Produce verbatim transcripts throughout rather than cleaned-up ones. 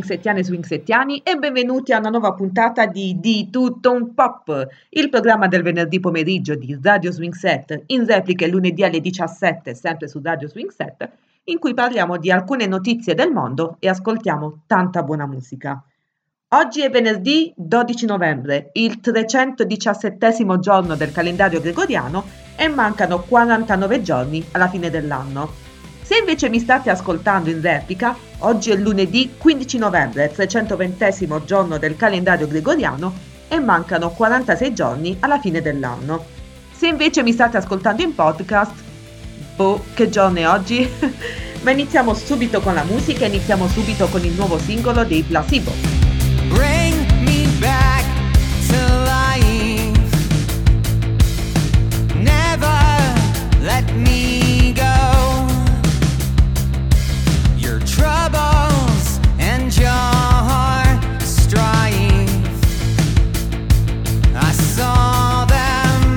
swingsettiane e swingsettiani e benvenuti a una nuova puntata di Di Tutto Un Pop, il programma del venerdì pomeriggio di Radio Swingset, in replica il lunedì alle diciassette, sempre su Radio Swingset, in cui parliamo di alcune notizie del mondo e ascoltiamo tanta buona musica. Oggi è venerdì dodici novembre, il trecentodiciassettesimo giorno del calendario gregoriano e mancano quarantanove giorni alla fine dell'anno. Se invece mi state ascoltando in replica, oggi è lunedì quindici novembre, trecentoventesimo giorno del calendario gregoriano e mancano quarantasei giorni alla fine dell'anno. Se invece mi state ascoltando in podcast, boh, che giorno è oggi? Ma iniziamo subito con la musica, iniziamo subito con il nuovo singolo dei Placebo. Bring me back to life. Never let me go. Your troubles and your strife, I saw them.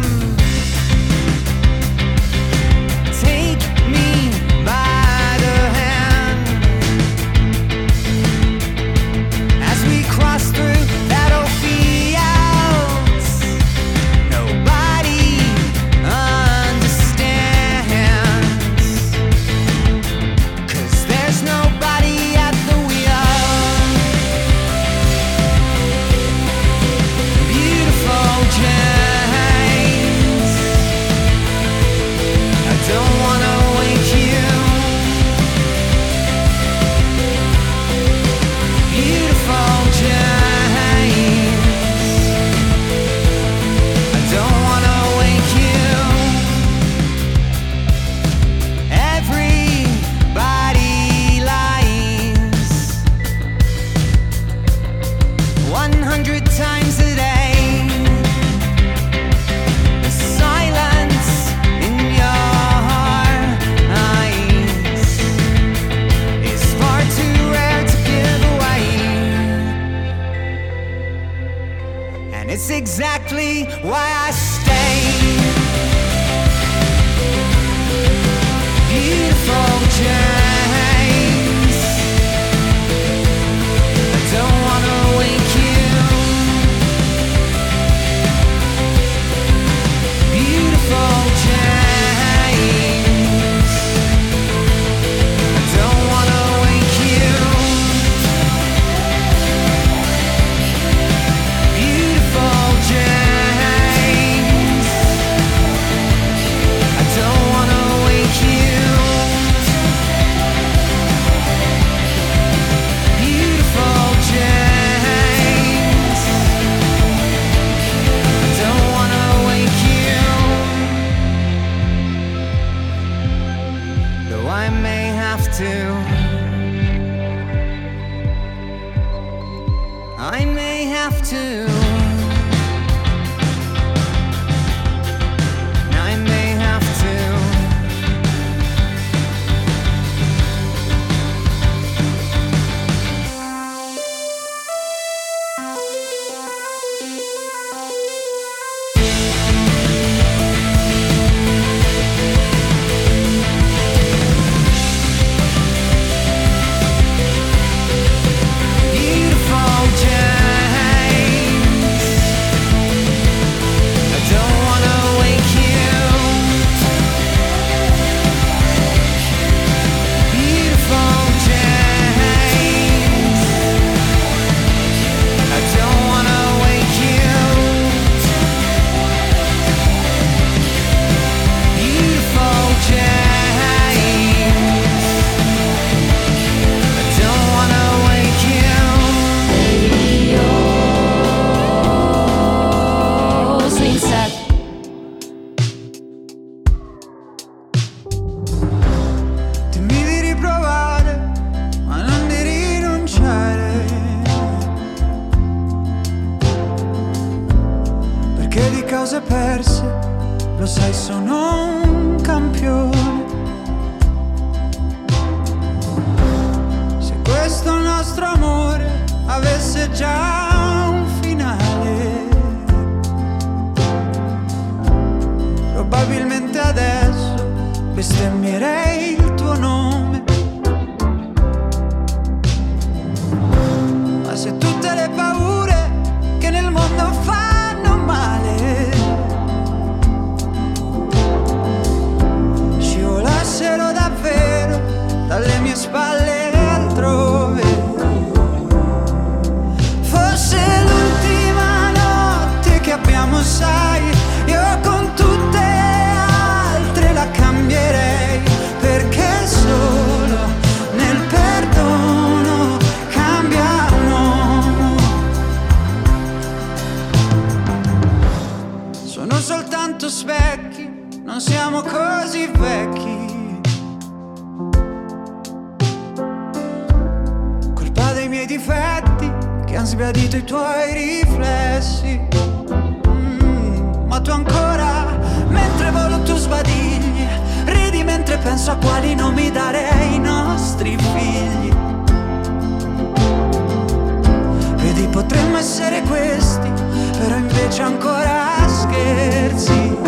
Take me by the hand as we cross through battlefields. Nobody understands, 'cause there's nobody at the wheel. Beautiful James, I don't wanna wake you. Beautiful James, I don't wanna wake you. Everybody lies one hundred times a day. The silence in your eyes is far too rare to give away, and it's exactly why I stay. Beautiful James, I don't wanna wake you. Beautiful James, I don't wanna wake you. Beautiful James, I don't wanna wake you. Beautiful James, I don't wanna wake you. Though I may have to, I may have to, I may have to. Beautiful James, I don't wanna wake you. Beautiful James, I don't wanna wake you. Beautiful James, I don't wanna wake you. Swing set. Dimmi di riprovare, ma non di rinunciare, perché di cause perse, lo sai, sono un campione. Se questo nostro amore avesse già un finale, probabilmente adesso bestemmierei il tuo nome. han sbiadito i tuoi riflessi. Mm, ma tu ancora, mentre volo tu sbadigli, ridi mentre penso a quali nomi dare ai nostri figli. Vedi, potremmo essere questi, però invece ancora scherzi.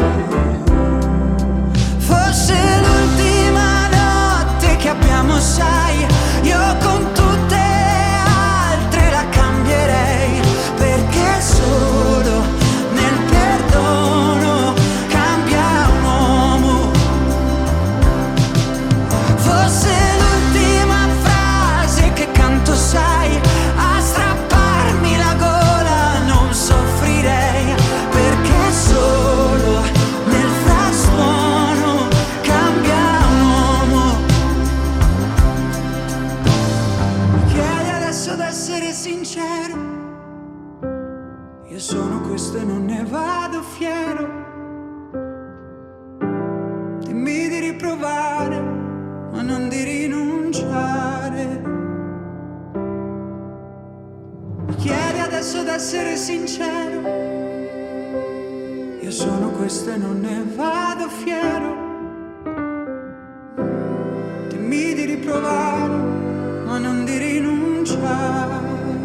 Forse l'ultima notte che abbiamo, sai, io con tutte altre la cambierei, perché solo nel perdono cambia un uomo. Forse l'ultima frase che canto, sai, a strapparmi la gola non soffrirei, perché solo nel frastuono cambia un uomo. Mi chiedi adesso d'essere sincero, io sono questo e non ne vado fiero. Dimmi di riprovare, ma non di rinunciare. Mi chiedi adesso d'essere sincero, io sono questo e non ne vado fiero. Dimmi di riprovare, ma non di rinunciare.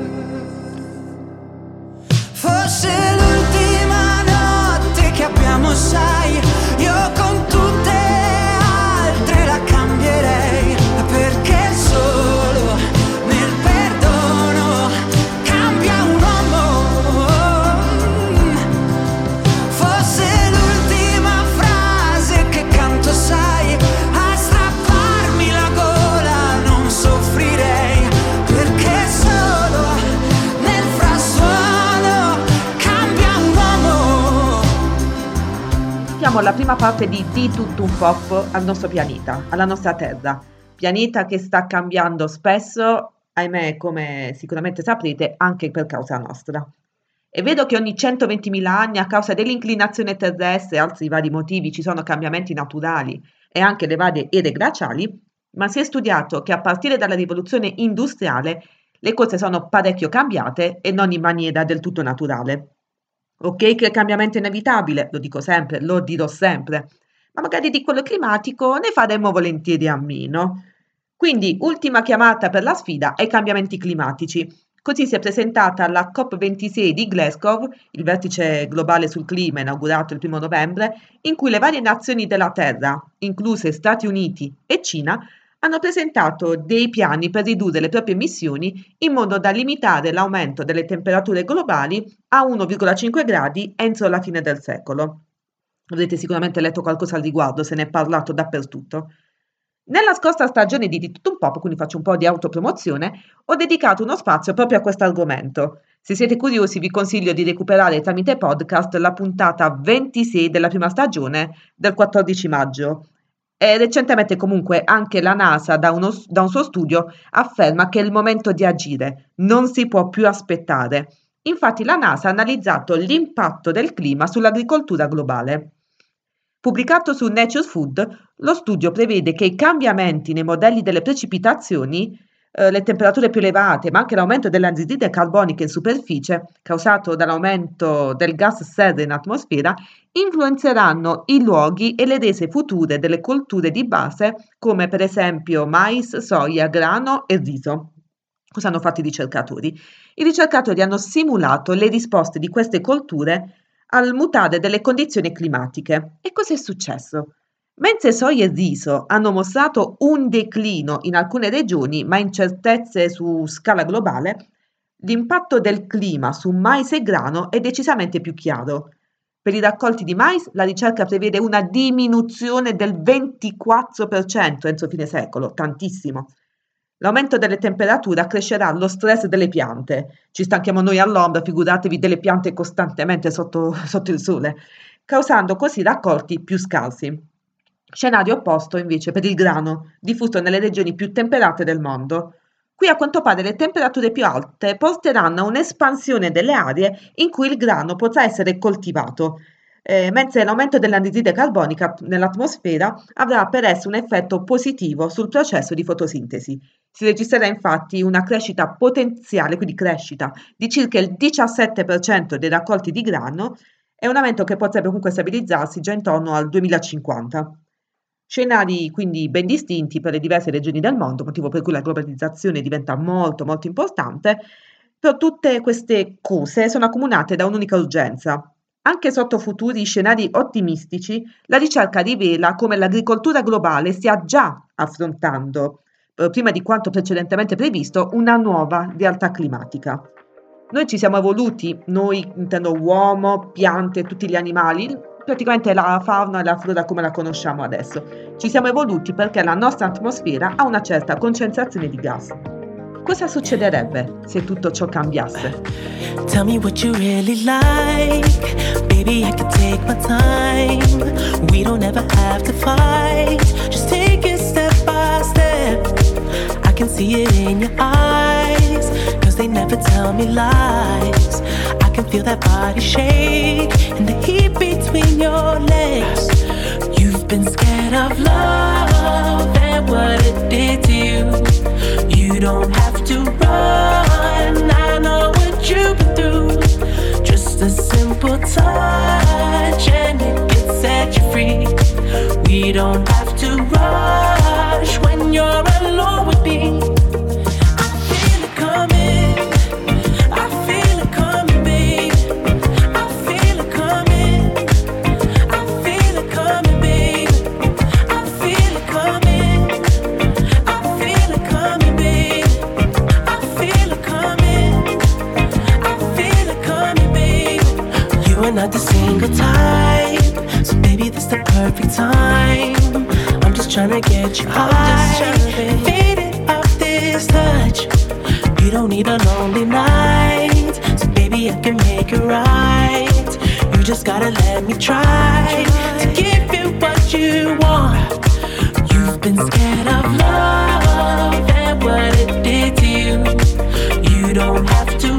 Forse l'ultima notte che abbiamo, sai, io con tutte altre la cambierei, perché solo nel perdono cambia un uomo. Forse l'ultima frase che canto, sai, a strapparmi la gola non soffrirei, perché solo nel frastuono cambia un uomo. Siamo alla prima parte di Di tutto un pop al nostro pianeta, alla nostra Terra. Pianeta che sta cambiando spesso, ahimè, come sicuramente saprete, anche per causa nostra. È vero che ogni centoventimila anni, a causa dell'inclinazione terrestre e altri vari motivi, ci sono cambiamenti naturali e anche le varie ere glaciali, ma si è studiato che a partire dalla rivoluzione industriale le cose sono parecchio cambiate e non in maniera del tutto naturale. Ok che il cambiamento è inevitabile, lo dico sempre, lo dirò sempre, ma magari di quello climatico ne faremmo volentieri a meno. Quindi, ultima chiamata per la sfida ai cambiamenti climatici. Così si è presentata la COP ventisei di Glasgow, il vertice globale sul clima inaugurato il primo novembre, in cui le varie nazioni della Terra, incluse Stati Uniti e Cina, hanno presentato dei piani per ridurre le proprie emissioni in modo da limitare l'aumento delle temperature globali a uno virgola cinque gradi entro la fine del secolo. Avrete sicuramente letto qualcosa al riguardo, se ne è parlato dappertutto. Nella scorsa stagione di Di tutto un pop, quindi faccio un po' di autopromozione, ho dedicato uno spazio proprio a questo argomento. Se siete curiosi vi consiglio di recuperare tramite podcast la puntata ventisei della prima stagione del quattordici maggio. E recentemente comunque anche la NASA da, uno, da un suo studio afferma che è il momento di agire, non si può più aspettare. Infatti la NASA ha analizzato l'impatto del clima sull'agricoltura globale. Pubblicato su Nature's Food, lo studio prevede che i cambiamenti nei modelli delle precipitazioni, eh, le temperature più elevate, ma anche l'aumento dell'anidride carbonica in superficie, causato dall'aumento del gas serra in atmosfera, influenzeranno i luoghi e le rese future delle colture di base, come per esempio mais, soia, grano e riso. Cosa hanno fatto i ricercatori? I ricercatori hanno simulato le risposte di queste colture al mutare delle condizioni climatiche. E cosa è successo? Mentre soia e riso hanno mostrato un declino in alcune regioni, ma incertezze su scala globale, l'impatto del clima su mais e grano è decisamente più chiaro. Per i raccolti di mais la ricerca prevede una diminuzione del ventiquattro per cento entro fine secolo, tantissimo. L'aumento delle temperature accrescerà lo stress delle piante. Ci stanchiamo noi all'ombra, figuratevi delle piante costantemente sotto, sotto il sole, causando così raccolti più scarsi. Scenario opposto invece per il grano, diffuso nelle regioni più temperate del mondo. Qui a quanto pare le temperature più alte porteranno a un'espansione delle aree in cui il grano potrà essere coltivato, eh, mentre l'aumento dell'anidride carbonica nell'atmosfera avrà per esso un effetto positivo sul processo di fotosintesi. Si registrerà infatti una crescita potenziale, quindi crescita, di circa il diciassette per cento dei raccolti di grano e un aumento che potrebbe comunque stabilizzarsi già intorno al duemilacinquanta. Scenari quindi ben distinti per le diverse regioni del mondo, motivo per cui la globalizzazione diventa molto molto importante, però tutte queste cose sono accomunate da un'unica urgenza. Anche sotto futuri scenari ottimistici, la ricerca rivela come l'agricoltura globale stia già affrontando, eh, prima di quanto precedentemente previsto, una nuova realtà climatica. Noi ci siamo evoluti, noi intendo uomo, piante e tutti gli animali, praticamente la fauna e la flora come la conosciamo adesso. Ci siamo evoluti perché la nostra atmosfera ha una certa concentrazione di gas. Cosa succederebbe se tutto ciò cambiasse? Tell me what you really like. Baby, I can take my time. We don't ever have to fight. Just take it step by step. I can see it in your eyes, cause they never tell me lies. I can feel that body shake and the heat between your legs. You've been scared of love and what it did to you. You don't have to run, I know what you've been through. Just a simple touch and it can set you free. We don't have to rush when you're alone with me. I feel it coming, I feel it coming, babe. I feel it coming, I feel it coming, babe. I feel it coming, I feel it coming, babe. I feel it coming, I feel it coming, babe. You are not the single type, so baby this the perfect time. I'm just tryna get you high, faded off this touch. You don't need a lonely night, so baby I can make it right. You just gotta let me try to give you what you want. You've been scared of love and what it did to you. You don't have to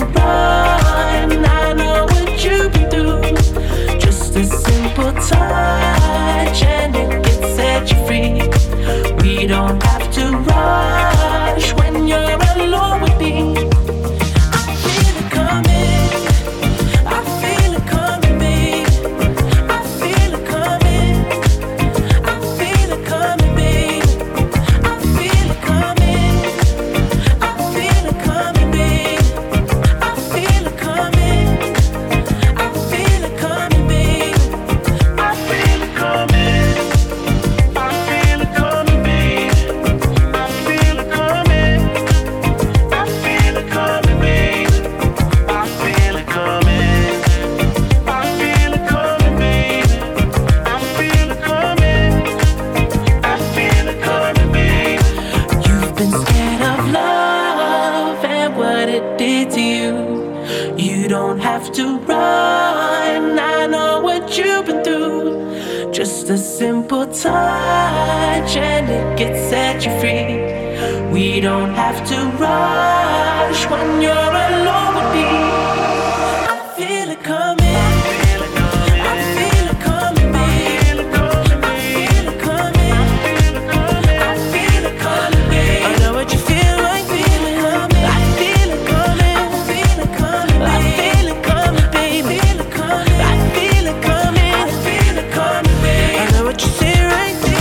run, I know what you've been through. Just a simple touch and it can set you free. We don't have to rush when you're alone with me. I feel it coming, I feel it coming, babe. I feel it coming, I feel it coming, babe. I feel it coming, I feel it coming, babe. I feel it coming, I feel it coming, babe. I feel it coming, I feel it coming, babe. I feel it coming, I feel it coming, babe. I feel it coming, I feel it coming, babe. I feel it coming, I feel it coming, babe. You've been scared of love and what it did to you. You don't have to run, I know what you've been through. Just a simple touch and it gets set you free. We don't have to rush when you're alone with me. I feel it coming, I feel it coming, babe. I feel it coming, I feel it coming, babe. I know what you feel like, feeling coming. I feel it coming, I feel it coming, I feel it coming, baby. I feel it coming, I feel it coming, babe. I know what you say right there.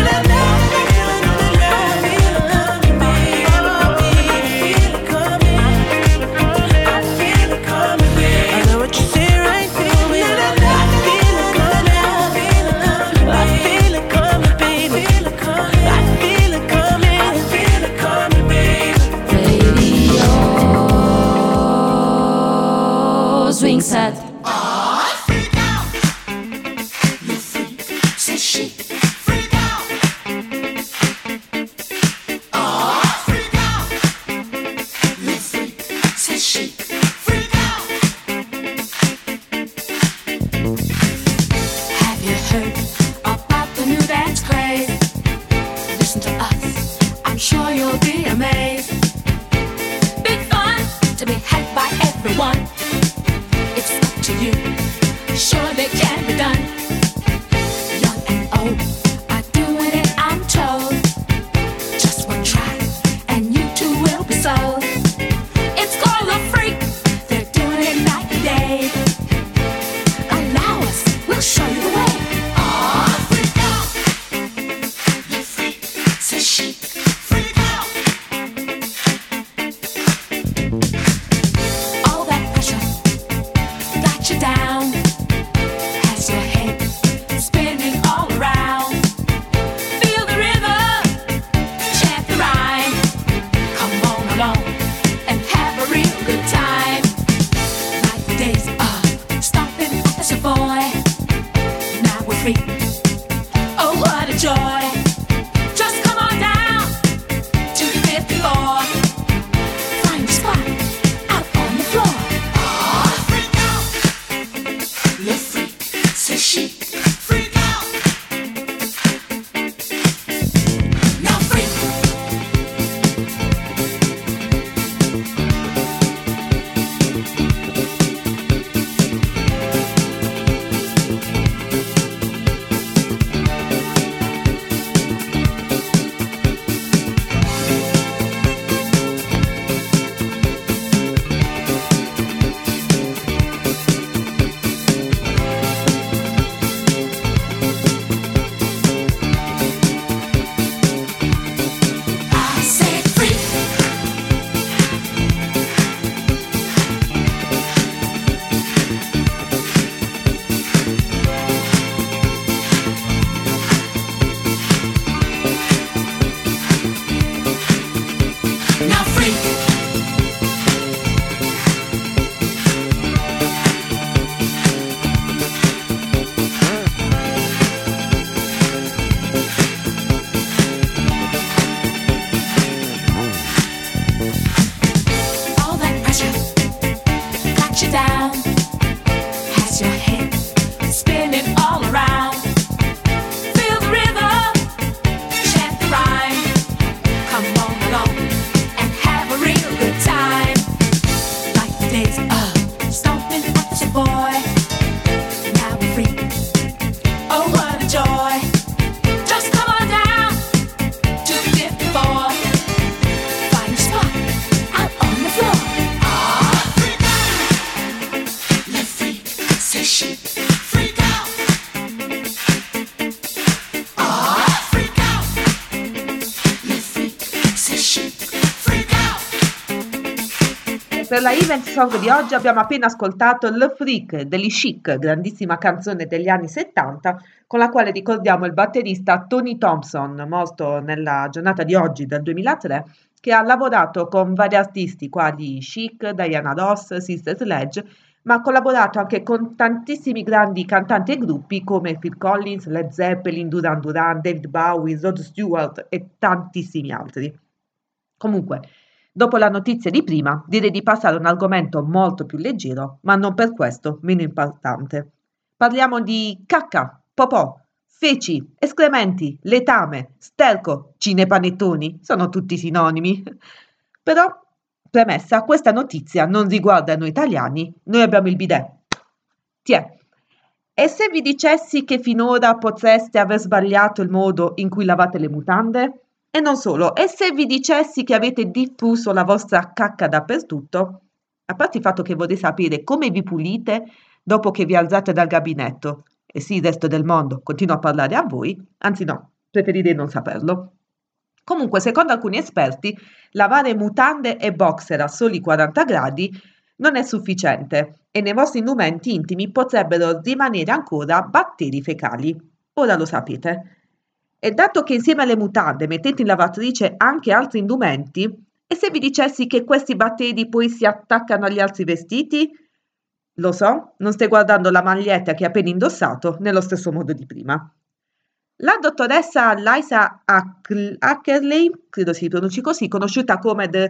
Swing set. And you Per la event song di oggi abbiamo appena ascoltato Le Freak degli Chic, grandissima canzone degli anni settanta, con la quale ricordiamo il batterista Tony Thompson, morto nella giornata di oggi del duemilatré, che ha lavorato con vari artisti quali Chic, Diana Ross, Sister Sledge, ma ha collaborato anche con tantissimi grandi cantanti e gruppi come Phil Collins, Led Zeppelin, Duran Duran, David Bowie, Rod Stewart e tantissimi altri. Comunque, dopo la notizia di prima, direi di passare a un argomento molto più leggero, ma non per questo meno importante. Parliamo di cacca, popò, feci, escrementi, letame, sterco, cinepanettoni, sono tutti sinonimi. Però, premessa, questa notizia non riguarda noi italiani, noi abbiamo il bidet. Tiè. E se vi dicessi che finora potreste aver sbagliato il modo in cui lavate le mutande? E non solo, e se vi dicessi che avete diffuso la vostra cacca dappertutto? A parte il fatto che vorrei sapere come vi pulite dopo che vi alzate dal gabinetto. E sì, il resto del mondo continua a parlare a voi, anzi no, preferirei non saperlo. Comunque, secondo alcuni esperti, lavare mutande e boxer a soli quaranta gradi non è sufficiente e nei vostri indumenti intimi potrebbero rimanere ancora batteri fecali. Ora lo sapete. E dato che insieme alle mutande mettete in lavatrice anche altri indumenti, e se vi dicessi che questi batteri poi si attaccano agli altri vestiti? Lo so, non stai guardando la maglietta che hai appena indossato nello stesso modo di prima. La dottoressa Liza Ackerley, credo si pronunci così, conosciuta come The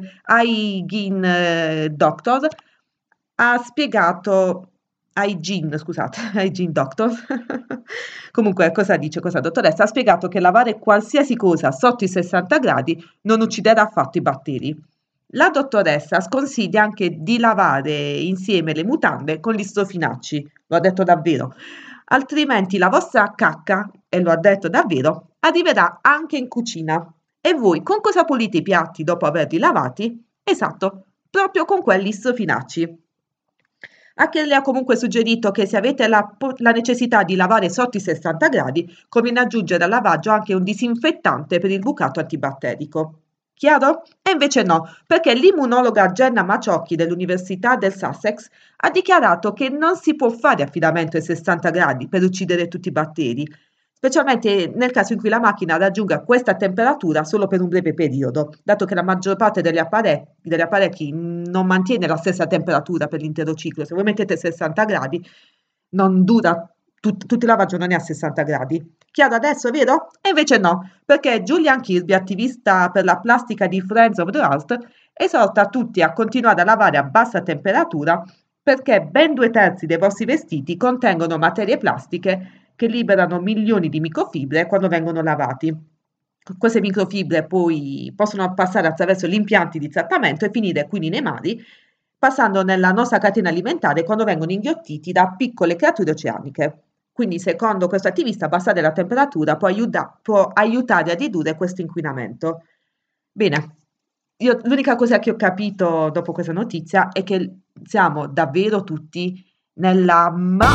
Hygiene Doctor, ha spiegato... Hygiene, scusate, Hygiene Doctor. Comunque, cosa dice questa dottoressa? Ha spiegato che lavare qualsiasi cosa sotto i sessanta gradi non ucciderà affatto i batteri. La dottoressa sconsiglia anche di lavare insieme le mutande con gli strofinacci, lo ha detto davvero, altrimenti la vostra cacca, e lo ha detto davvero, arriverà anche in cucina. E voi con cosa pulite i piatti dopo averli lavati? Esatto, proprio con quelli strofinacci. Anche lei ha comunque suggerito che se avete la, la necessità di lavare sotto i sessanta gradi, conviene aggiungere al lavaggio anche un disinfettante per il bucato antibatterico. Chiaro? E invece no, perché l'immunologa Jenna Maciocchi dell'Università del Sussex ha dichiarato che non si può fare affidamento ai sessanta gradi per uccidere tutti i batteri, specialmente nel caso in cui la macchina raggiunga questa temperatura solo per un breve periodo, dato che la maggior parte degli apparecchi, degli apparecchi non mantiene la stessa temperatura per l'intero ciclo. Se voi mettete sessanta gradi, non dura, tut, tutto il lavaggio non è a sessanta gradi. Chiaro adesso, vero? E invece no, perché Julian Kirby, attivista per la plastica di Friends of the Earth, esorta tutti a continuare a lavare a bassa temperatura perché ben due terzi dei vostri vestiti contengono materie plastiche che liberano milioni di microfibre quando vengono lavati. Queste microfibre poi possono passare attraverso gli impianti di trattamento e finire quindi nei mari, passando nella nostra catena alimentare quando vengono inghiottiti da piccole creature oceaniche. Quindi, secondo questo attivista, abbassare la temperatura può, aiuta, può aiutare a ridurre questo inquinamento. Bene, io, l'unica cosa che ho capito dopo questa notizia è che siamo davvero tutti nella ma...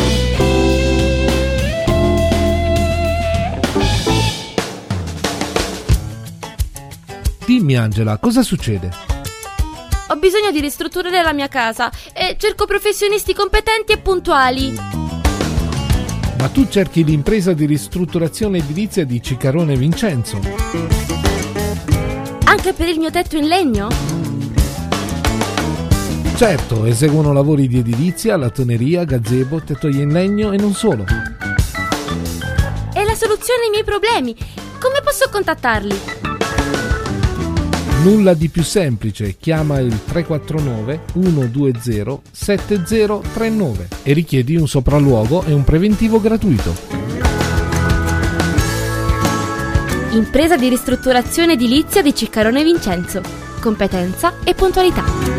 Dimmi Angela, cosa succede? Ho bisogno di ristrutturare la mia casa e cerco professionisti competenti e puntuali. Ma tu cerchi l'impresa di ristrutturazione edilizia di Ciccarone Vincenzo. Anche per il mio tetto in legno? Certo, eseguono lavori di edilizia, lattoneria, gazebo, tettoie in legno e non solo. È la soluzione ai miei problemi. Come posso contattarli? Nulla di più semplice, chiama il tre quattro nove uno due zero sette zero tre nove e richiedi un sopralluogo e un preventivo gratuito. Impresa di ristrutturazione edilizia di Ciccarone Vincenzo. Competenza e puntualità.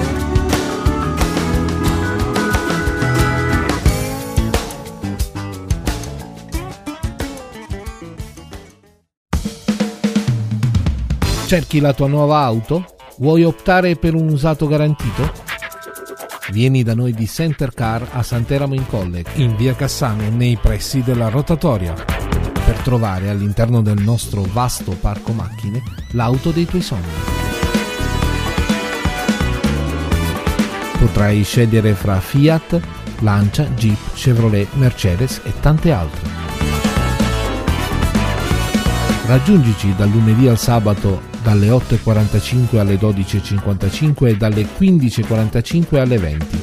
Cerchi la tua nuova auto? Vuoi optare per un usato garantito? Vieni da noi di Center Car a Sant'Eramo in Colle, in via Cassano, nei pressi della rotatoria, per trovare all'interno del nostro vasto parco macchine l'auto dei tuoi sogni. Potrai scegliere fra Fiat, Lancia, Jeep, Chevrolet, Mercedes e tante altre. Raggiungici dal lunedì al sabato dalle otto e quarantacinque alle dodici e cinquantacinque e dalle quindici e quarantacinque alle venti.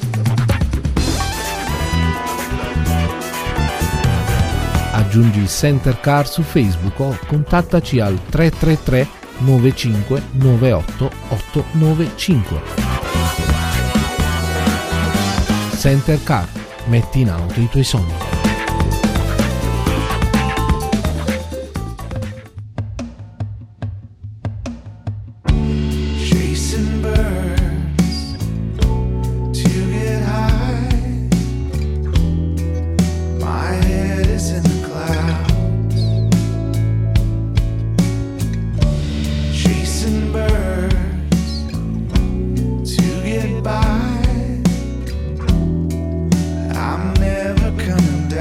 Aggiungi Center Car su Facebook o contattaci al tre tre tre nove cinque nove otto otto nove cinque. Center Car, metti in auto i tuoi sogni. By I'm never coming down.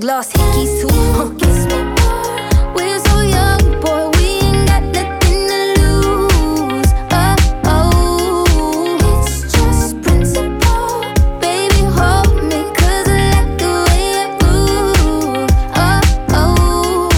lost hickeys too. Huh. Kiss me more. We're so young, boy. We ain't got nothing to lose. Oh, oh. It's just principle. Baby, hold me, 'cause I like the way you move. Oh, oh.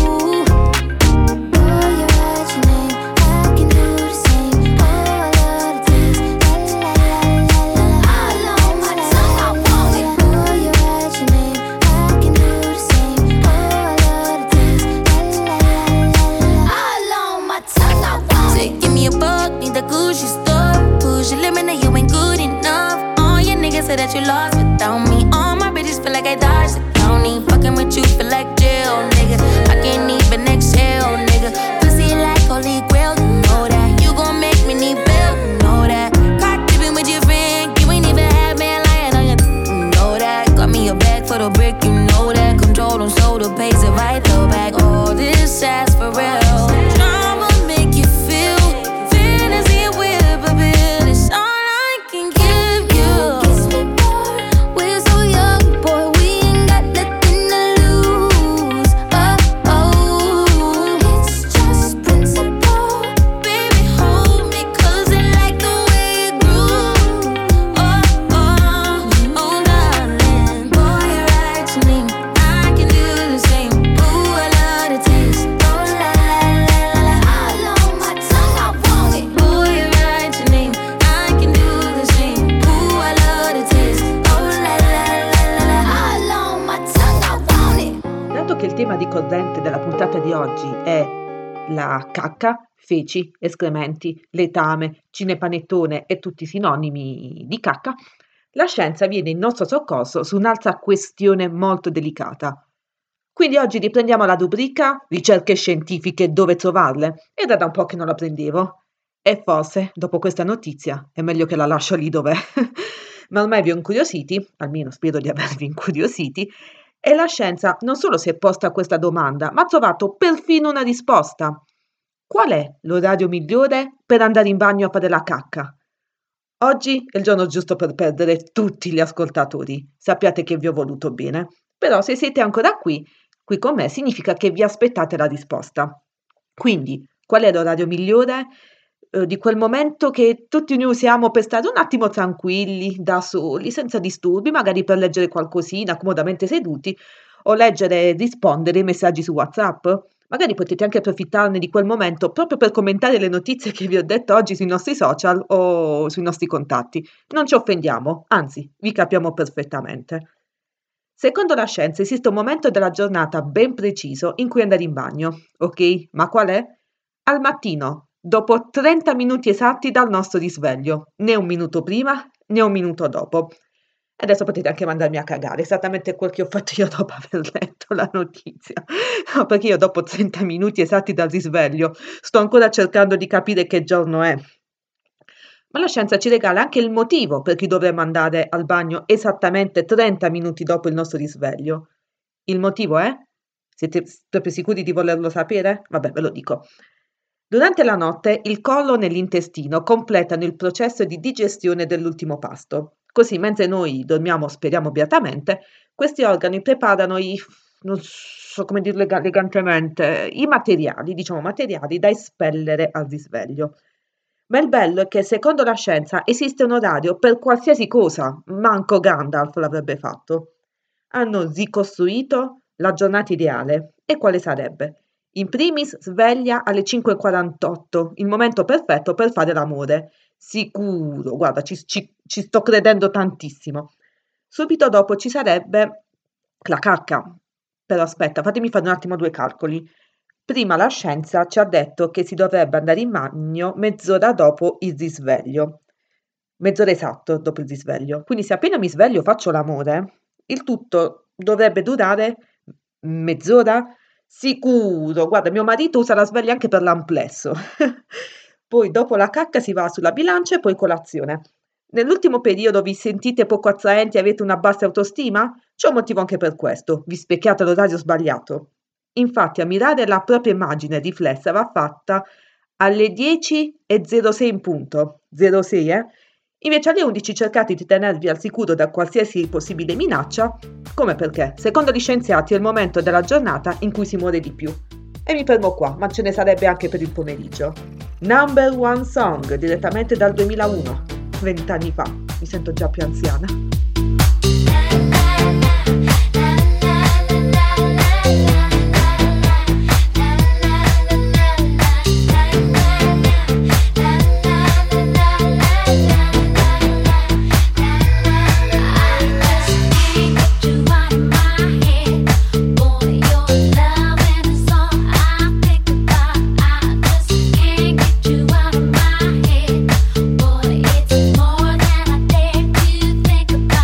Boy, you write your name, I can do the same. Oh, I love the taste. La la la la la. I know my tongue, I want it. Boy, you write your name, I can do the same. Oh, I love the taste. La la la la la. I know my tongue, I want it. Say, give me a buck, need the Gucci store. Push your limit, now you ain't good enough. All your niggas say that you lost without me. All my bitches feel like I dodged the county. Fucking with you feel like jail, nigga. I can't even exhale, nigga. Pussy like holy grail, you know that. You gon' make me need bail, you know that. Caught dipping with your friend, you ain't even had man lying on your, you know that. Got me a bag for the brick, you know that. Control on soda, pays it right though back. All this ass for real. Drama make you feel fantasy with a bill. It's all I can give you. Kiss me more. We're so young, boy. We ain't got nothing to lose. Oh, oh. It's just principle. Baby, hold me, 'cause I like the way you groove. Oh, oh, oh, darling. Boy, you write your name, I can do the same. Ooh, I love the taste. Oh, la, la, la, la, la. I know my tongue, I want it. Boy, you write your name, I can do the same. Ooh, I love the taste. Oh, la, la, la, la, la. I know my tongue, I want it. Dato che il tema ricorrente della puntata di oggi è la cacca, feci, escrementi, letame, cinepanettone e tutti i sinonimi di cacca, la scienza viene in nostro soccorso su un'altra questione molto delicata. Quindi oggi riprendiamo la rubrica ricerche scientifiche, dove trovarle? Era da un po' che non la prendevo. E forse, dopo questa notizia, è meglio che la lascio lì dov'è. Ma ormai vi ho incuriositi, almeno spero di avervi incuriositi, e la scienza non solo si è posta questa domanda, ma ha trovato perfino una risposta. Qual è l'orario migliore per andare in bagno a fare la cacca? Oggi è il giorno giusto per perdere tutti gli ascoltatori. Sappiate che vi ho voluto bene. Però se siete ancora qui, qui con me, significa che vi aspettate la risposta. Quindi, qual è l'orario migliore eh, di quel momento che tutti noi usiamo per stare un attimo tranquilli, da soli, senza disturbi, magari per leggere qualcosina, comodamente seduti, o leggere e rispondere ai messaggi su WhatsApp? Magari potete anche approfittarne di quel momento proprio per commentare le notizie che vi ho detto oggi sui nostri social o sui nostri contatti. Non ci offendiamo, anzi, vi capiamo perfettamente. Secondo la scienza esiste un momento della giornata ben preciso in cui andare in bagno, ok? Ma qual è? Al mattino, dopo trenta minuti esatti dal nostro risveglio, né un minuto prima né un minuto dopo. Adesso potete anche mandarmi a cagare, esattamente quel che ho fatto io dopo aver letto la notizia. No, perché io dopo trenta minuti esatti dal risveglio sto ancora cercando di capire che giorno è. Ma la scienza ci regala anche il motivo per cui dovremmo andare al bagno esattamente trenta minuti dopo il nostro risveglio. Il motivo è? Siete proprio sicuri di volerlo sapere? Vabbè, ve lo dico. Durante la notte il colon e l'intestino completano il processo di digestione dell'ultimo pasto. Così, mentre noi dormiamo, speriamo beatamente, questi organi preparano i, non so come dirlo elegantemente, i materiali, diciamo materiali da espellere al risveglio. Ma il bello è che secondo la scienza esiste un orario per qualsiasi cosa, manco Gandalf l'avrebbe fatto. Hanno ricostruito la giornata ideale. E quale sarebbe? In primis sveglia alle cinque e quarantotto, il momento perfetto per fare l'amore. Sicuro, guarda, ci, ci, ci sto credendo tantissimo. Subito dopo ci sarebbe la cacca. Però aspetta, fatemi fare un attimo due calcoli. Prima la scienza ci ha detto che si dovrebbe andare in bagno mezz'ora dopo il risveglio. Mezz'ora esatto dopo il risveglio. Quindi se appena mi sveglio faccio l'amore, il tutto dovrebbe durare mezz'ora? Sicuro, guarda, mio marito usa la sveglia anche per l'amplesso. Poi dopo la cacca si va sulla bilancia e poi colazione. Nell'ultimo periodo vi sentite poco attraenti e avete una bassa autostima? C'è un motivo anche per questo, vi specchiate l'orario sbagliato. Infatti, a mirare la propria immagine riflessa va fatta alle dieci e zero sei in punto, zero sei, eh? Invece alle undici cercate di tenervi al sicuro da qualsiasi possibile minaccia, come perché, secondo gli scienziati, è il momento della giornata in cui si muore di più. E mi fermo qua, ma ce ne sarebbe anche per il pomeriggio. Number One Song, direttamente dal duemilauno, vent'anni fa. Mi sento già più anziana. Think about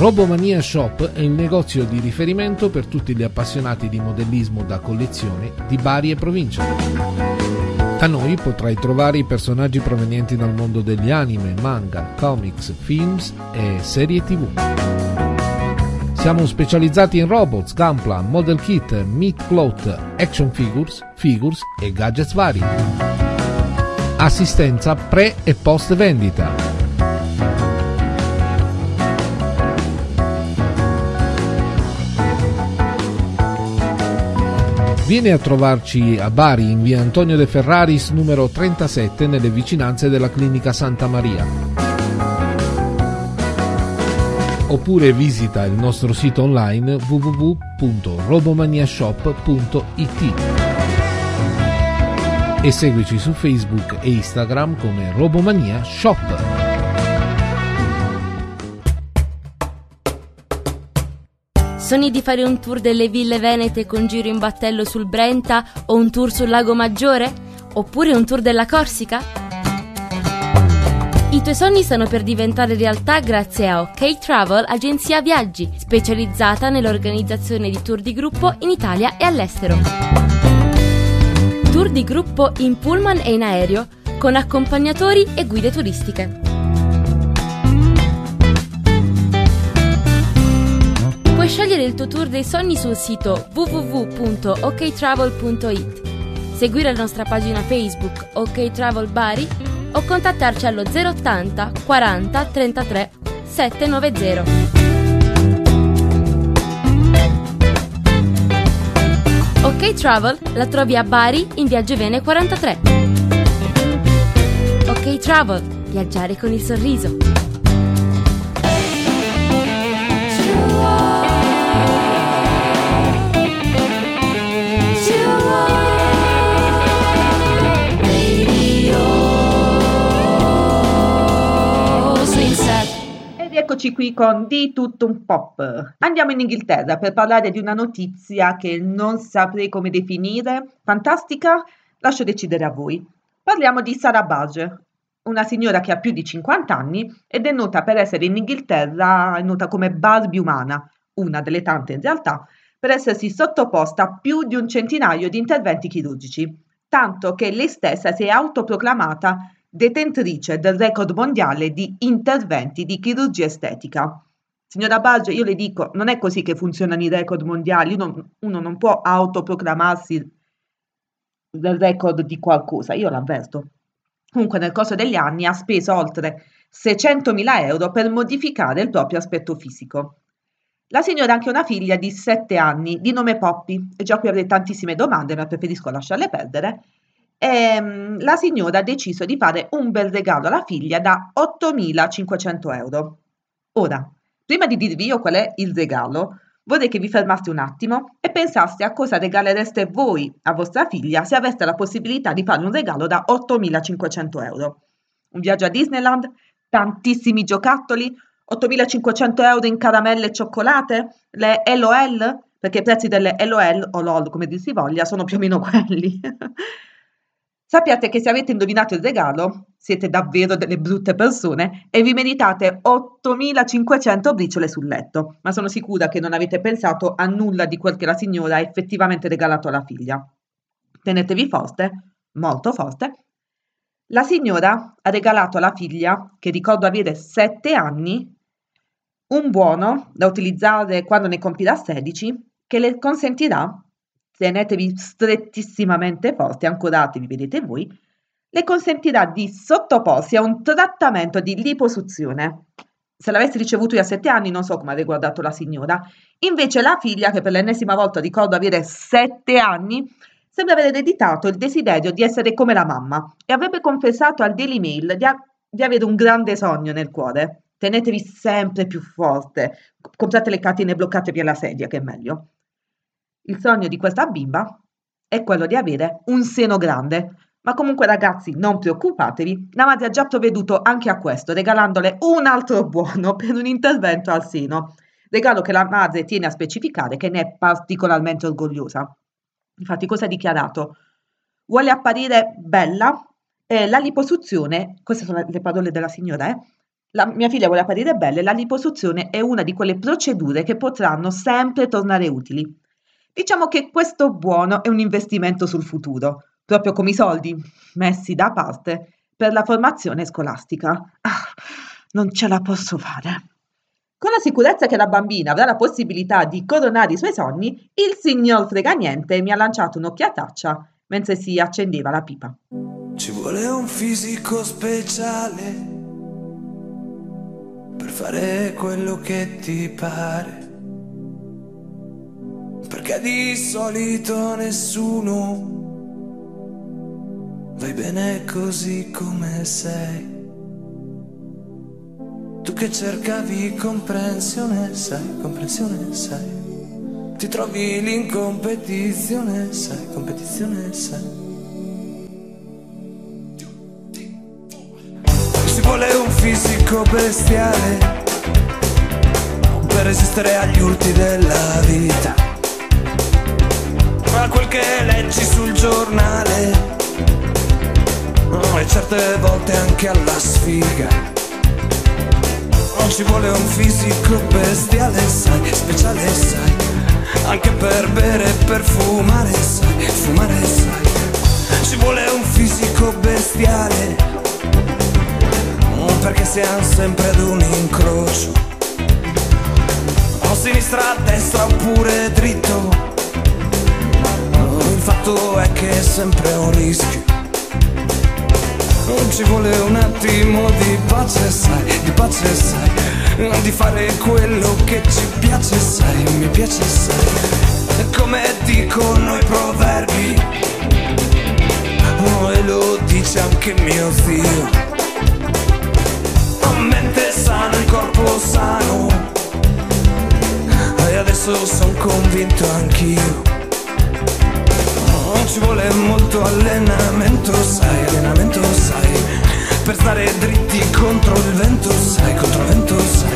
Robomania Shop è il negozio di riferimento per tutti gli appassionati di modellismo da collezione di Bari e provincia. Da noi potrai trovare i personaggi provenienti dal mondo degli anime, manga, comics, films e serie tivù. Siamo specializzati in robots, gunpla, model kit, meat cloth, action figures, figures e gadgets vari. Assistenza pre e post vendita. Vieni a trovarci a Bari in via Antonio De Ferraris numero trentasette nelle vicinanze della clinica Santa Maria. Oppure visita il nostro sito online w w w punto robomaniashop punto i t e seguici su Facebook e Instagram come Robomania Shop. Sogni di fare un tour delle ville venete con giro in battello sul Brenta o un tour sul Lago Maggiore? Oppure un tour della Corsica? I tuoi sogni stanno per diventare realtà grazie a OK Travel, agenzia viaggi, specializzata nell'organizzazione di tour di gruppo in Italia e all'estero. Tour di gruppo in pullman e in aereo, con accompagnatori e guide turistiche. Puoi scegliere il tuo tour dei sogni sul sito w w w punto o k travel punto i t, seguire la nostra pagina Facebook OK Travel Bari o contattarci allo zero ottanta quaranta trentatré settecentonovanta. OK Travel la trovi a Bari in via Giovene quarantatré. OK Travel, viaggiare con il sorriso. Eccoci qui con Di tutto un pop. Andiamo in Inghilterra per parlare di una notizia che non saprei come definire. Fantastica? Lascio decidere a voi. Parliamo di Sarah Budge, una signora che ha più di cinquanta anni ed è nota per essere in Inghilterra, è nota come Barbie umana, una delle tante in realtà, per essersi sottoposta a più di un centinaio di interventi chirurgici, tanto che lei stessa si è autoproclamata detentrice del record mondiale di interventi di chirurgia estetica. Signora Budge, io le dico, non è così che funzionano i record mondiali, uno, uno non può autoproclamarsi del record di qualcosa, io l'avverto. Comunque nel corso degli anni ha speso oltre seicentomila euro per modificare il proprio aspetto fisico. La signora ha anche una figlia di sette anni, di nome Poppy, e già qui avrei tantissime domande, ma preferisco lasciarle perdere. E, um, la signora ha deciso di fare un bel regalo alla figlia da ottomilacinquecento euro. Ora, prima di dirvi io qual è il regalo, vorrei che vi fermaste un attimo e pensaste a cosa regalereste voi a vostra figlia se aveste la possibilità di fare un regalo da ottomilacinquecento euro. Un viaggio a Disneyland? Tantissimi giocattoli? ottomilacinquecento euro in caramelle e cioccolate? Le L O L? Perché i prezzi delle L O L o L O L, come dir si voglia, sono più o meno quelli. Sappiate che se avete indovinato il regalo, siete davvero delle brutte persone e vi meritate ottomilacinquecento briciole sul letto, ma sono sicura che non avete pensato a nulla di quel che la signora ha effettivamente regalato alla figlia. Tenetevi forte, molto forte. La signora ha regalato alla figlia, che ricordo avere sette anni, un buono da utilizzare quando ne compirà sedici, che le consentirà, tenetevi strettissimamente forti, ancoratevi, vedete voi, le consentirà di sottoporsi a un trattamento di liposuzione. Se l'avessi ricevuto io a sette anni non so come avrei guardato la signora. Invece la figlia, che per l'ennesima volta ricordo avere sette anni, sembra aver ereditato il desiderio di essere come la mamma e avrebbe confessato al Daily Mail di, a- di avere un grande sogno nel cuore. Tenetevi sempre più forte, comprate le catene e bloccatevi alla sedia, che è meglio. Il sogno di questa bimba è quello di avere un seno grande, ma comunque ragazzi non preoccupatevi, la madre ha già provveduto anche a questo, regalandole un altro buono per un intervento al seno, regalo che la madre tiene a specificare che ne è particolarmente orgogliosa. Infatti cosa ha dichiarato? Vuole apparire bella, eh, la liposuzione, queste sono le parole della signora, eh? La mia figlia vuole apparire bella e la liposuzione è una di quelle procedure che potranno sempre tornare utili. Diciamo che questo buono è un investimento sul futuro, proprio come i soldi messi da parte per la formazione scolastica. Ah, non ce la posso fare. Con la sicurezza che la bambina avrà la possibilità di coronare i suoi sogni, il signor Freganiente mi ha lanciato un'occhiataccia mentre si accendeva la pipa. Ci vuole un fisico speciale per fare quello che ti pare, perché di solito nessuno vai bene così come sei. Tu che cercavi comprensione, sai, comprensione, sai. Ti trovi lì in competizione, sai, competizione, sai. Ci vuole un fisico bestiale per resistere agli urti della vita, a quel che leggi sul giornale, e certe volte anche alla sfiga. Ci vuole un fisico bestiale, sai, speciale, sai, anche per bere e per fumare, sai, fumare, sai. Ci vuole un fisico bestiale, perché siamo sempre ad un incrocio, a sinistra, a destra oppure dritto. Il fatto è che è sempre un rischio. Non ci vuole un attimo di pace, sai, di pace, sai, di fare quello che ci piace, sai, mi piace, sai. Come dicono i proverbi, oh, e lo dice anche mio zio, mente sana, il corpo sano, e adesso son convinto anch'io. Non ci vuole molto allenamento, sai, allenamento, sai, per stare dritti contro il vento, sai, contro il vento, sai.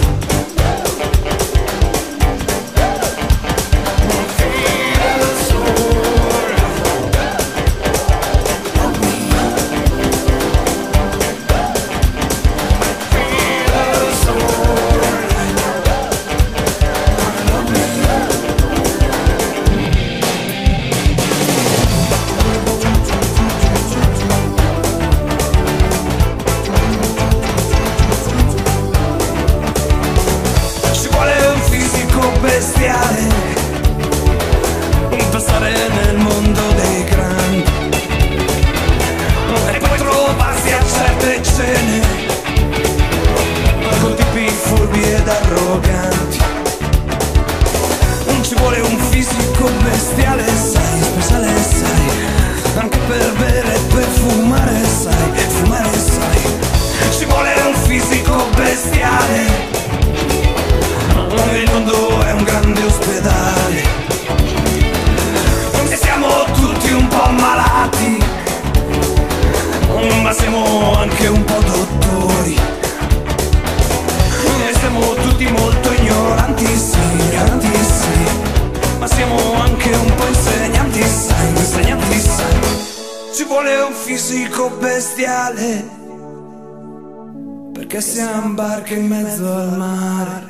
Perché siamo barche in mezzo al mare.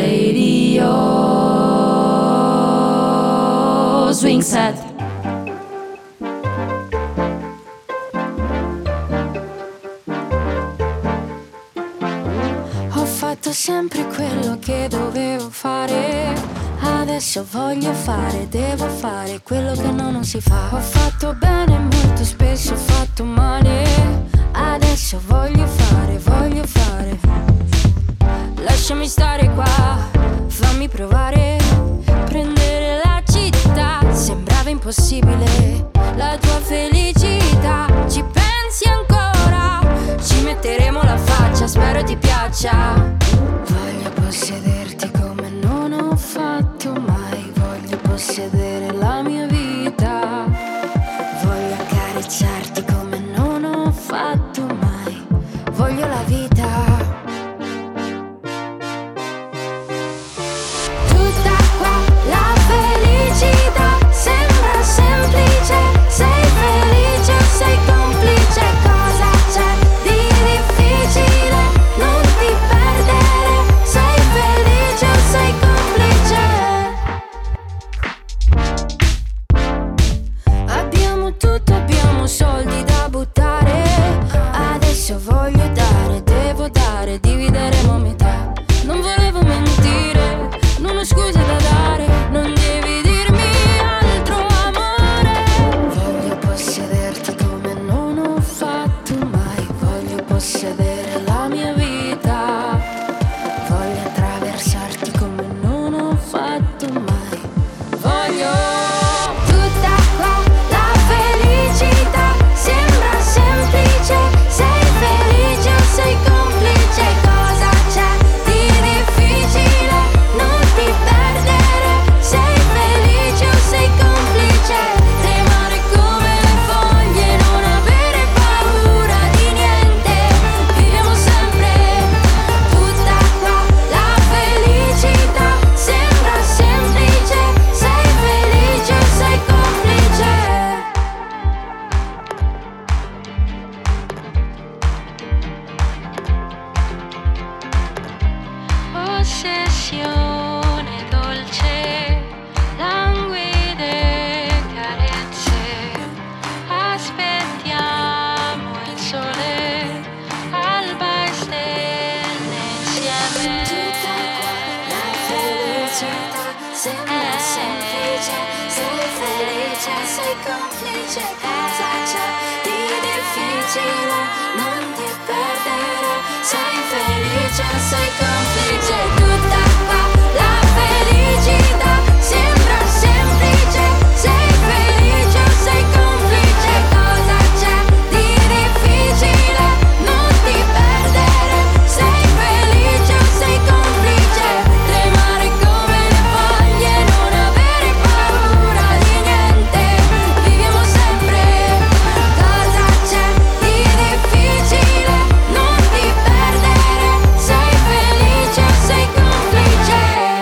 Radio Swing Set. Ho fatto sempre quello che dovevo fare, adesso voglio fare, devo fare quello che no, non si fa. Ho fatto bene molto spesso, ho fatto male, adesso voglio fare, voglio fare. Lasciami stare qua, fammi provare, prendere la città, sembrava impossibile, la tua felicità. Ci pensi ancora? Ci metteremo la faccia, spero ti piaccia. Voglio possederti come non ho fatto mai, voglio possedere la mia vita, voglio accarezzarti come non ho fatto mai, voglio la vita. Tutta qua la felicità sembra semplice, sei felice, sei complice, cosa c'è di difficile? Non tutto, abbiamo soldi da buttare. Adesso voglio dare, devo dare, divideremo a metà. Non volevo mentire, non ho scuse da dare, non devi dirmi altro amore. Voglio possederti come non ho fatto mai, voglio possedere la mia vita, voglio attraversarti come non ho fatto mai, voglio tutta qua la felicità, sembra semplice, sei felice o sei complice, cosa c'è di difficile, non ti perdere, sei felice o sei complice, tremare come le foglie, non avere paura di niente, viviamo sempre tutta qua la felicità, sembra semplice, sei felice o sei complice. Ossessione dolce, languide carezze, aspettiamo il sole, alba e stelle insieme. La felicità sembra semplice, sei felice, sei complice, cosa c'è di difficile, non ti perdere, sei felice, sei complice, tutta qua la felicità, sembra semplice, sei felice o sei complice, cosa c'è di difficile, non ti perdere, sei felice o sei complice, tremare come le foglie, non avere paura di niente, viviamo sempre, cosa c'è di difficile, non ti perdere, sei felice o sei complice.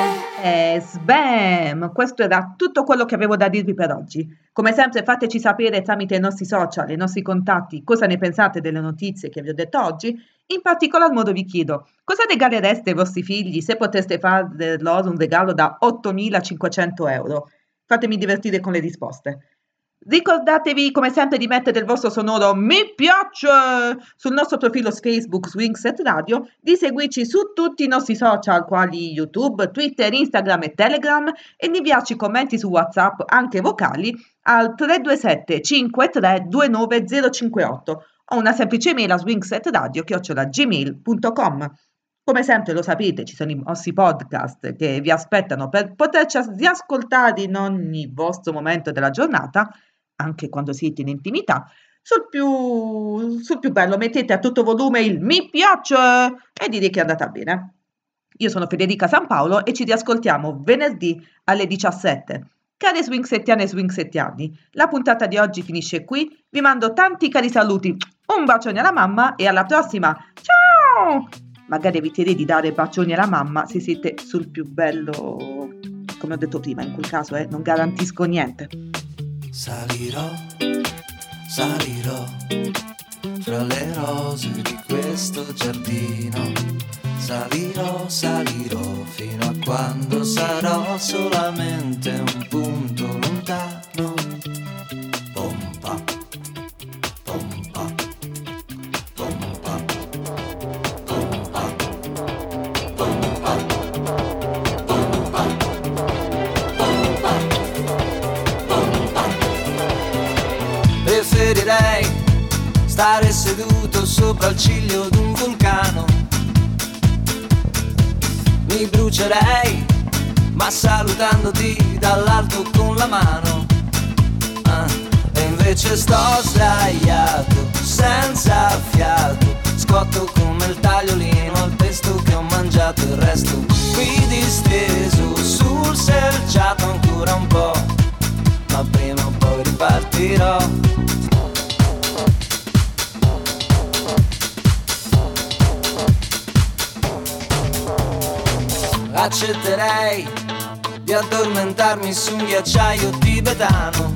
E sbam! Questo era tutto quello che avevo da dirvi per oggi. Come sempre fateci sapere tramite i nostri social, i nostri contatti, cosa ne pensate delle notizie che vi ho detto oggi. In particolar modo vi chiedo, cosa regalereste ai vostri figli se poteste fare loro un regalo da ottomilacinquecento euro? Fatemi divertire con le risposte. Ricordatevi come sempre di mettere il vostro sonoro mi piace sul nostro profilo Facebook Swingset Radio, di seguirci su tutti i nostri social quali YouTube, Twitter, Instagram e Telegram e di inviarci commenti su WhatsApp anche vocali al tre due sette cinque tre due nove zero cinque otto o una semplice mail a swingsetradio chiocciola gmail punto com. Come sempre lo sapete, ci sono i nostri podcast che vi aspettano per poterci riascoltare in ogni vostro momento della giornata, anche quando siete in intimità. Sul più, sul più bello mettete a tutto volume il mi piace e direi che è andata bene. Io sono Federica San Paolo e ci riascoltiamo venerdì alle diciassette. Care swingsettiane e swingsettiani, la puntata di oggi finisce qui. Vi mando tanti cari saluti, un bacione alla mamma e alla prossima. Ciao! Magari eviterei di dare bacioni alla mamma se siete sul più bello, come ho detto prima, in quel caso eh, non garantisco niente. Salirò, salirò fra le rose di questo giardino. Salirò, salirò fino a quando sarò solamente un punto lontano. Pompa, pompa, pompa, pompa, pompa, pompa, pompa, pompa. Preferirei stare seduto sopra il ciglio d'un vulcano. Mi brucerei, ma salutandoti dall'alto con la mano. Ah, e invece sto sdraiato, senza fiato, scotto come il tagliolino, il pesto che ho mangiato, il resto qui disteso sul selciato ancora un po', ma prima o poi ripartirò. Accetterei di addormentarmi su un ghiacciaio tibetano.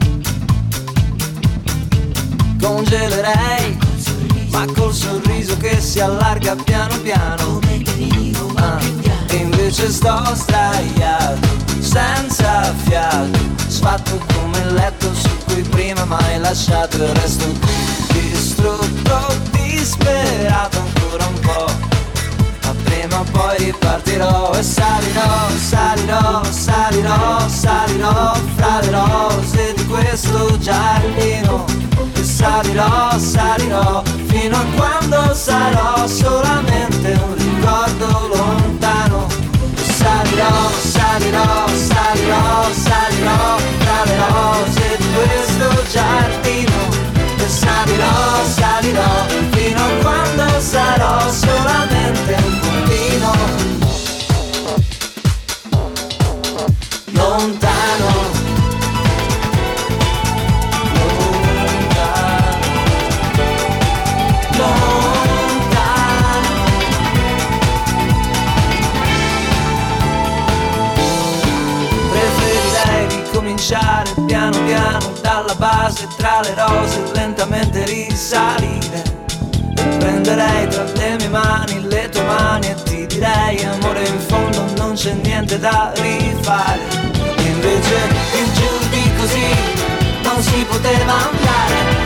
Congelerei, ma col sorriso che si allarga piano piano. Ah, e invece sto sdraiato, senza fiato, sfatto come il letto su cui dicevi prima ma hai lasciato il resto qui, distrutto, disperato ancora un po'. Ma prima o poi ripartirò e salirò, salirò, salirò, salirò fra le rose di questo giardino. E salirò, salirò fino a quando sarò solamente un ricordo lontano. E salirò, salirò, salirò, salirò fra le rose di questo giardino. E salirò, salirò fino a quando sarò solamente un puntino lontano, lontano, lontano. Preferirei ricominciare piano piano dalla base tra le rose, lentamente risalire. Prenderei tra le mie mani le tue mani e ti direi amore in fondo non c'è niente da rifare. Invece più giù di così non si poteva andare.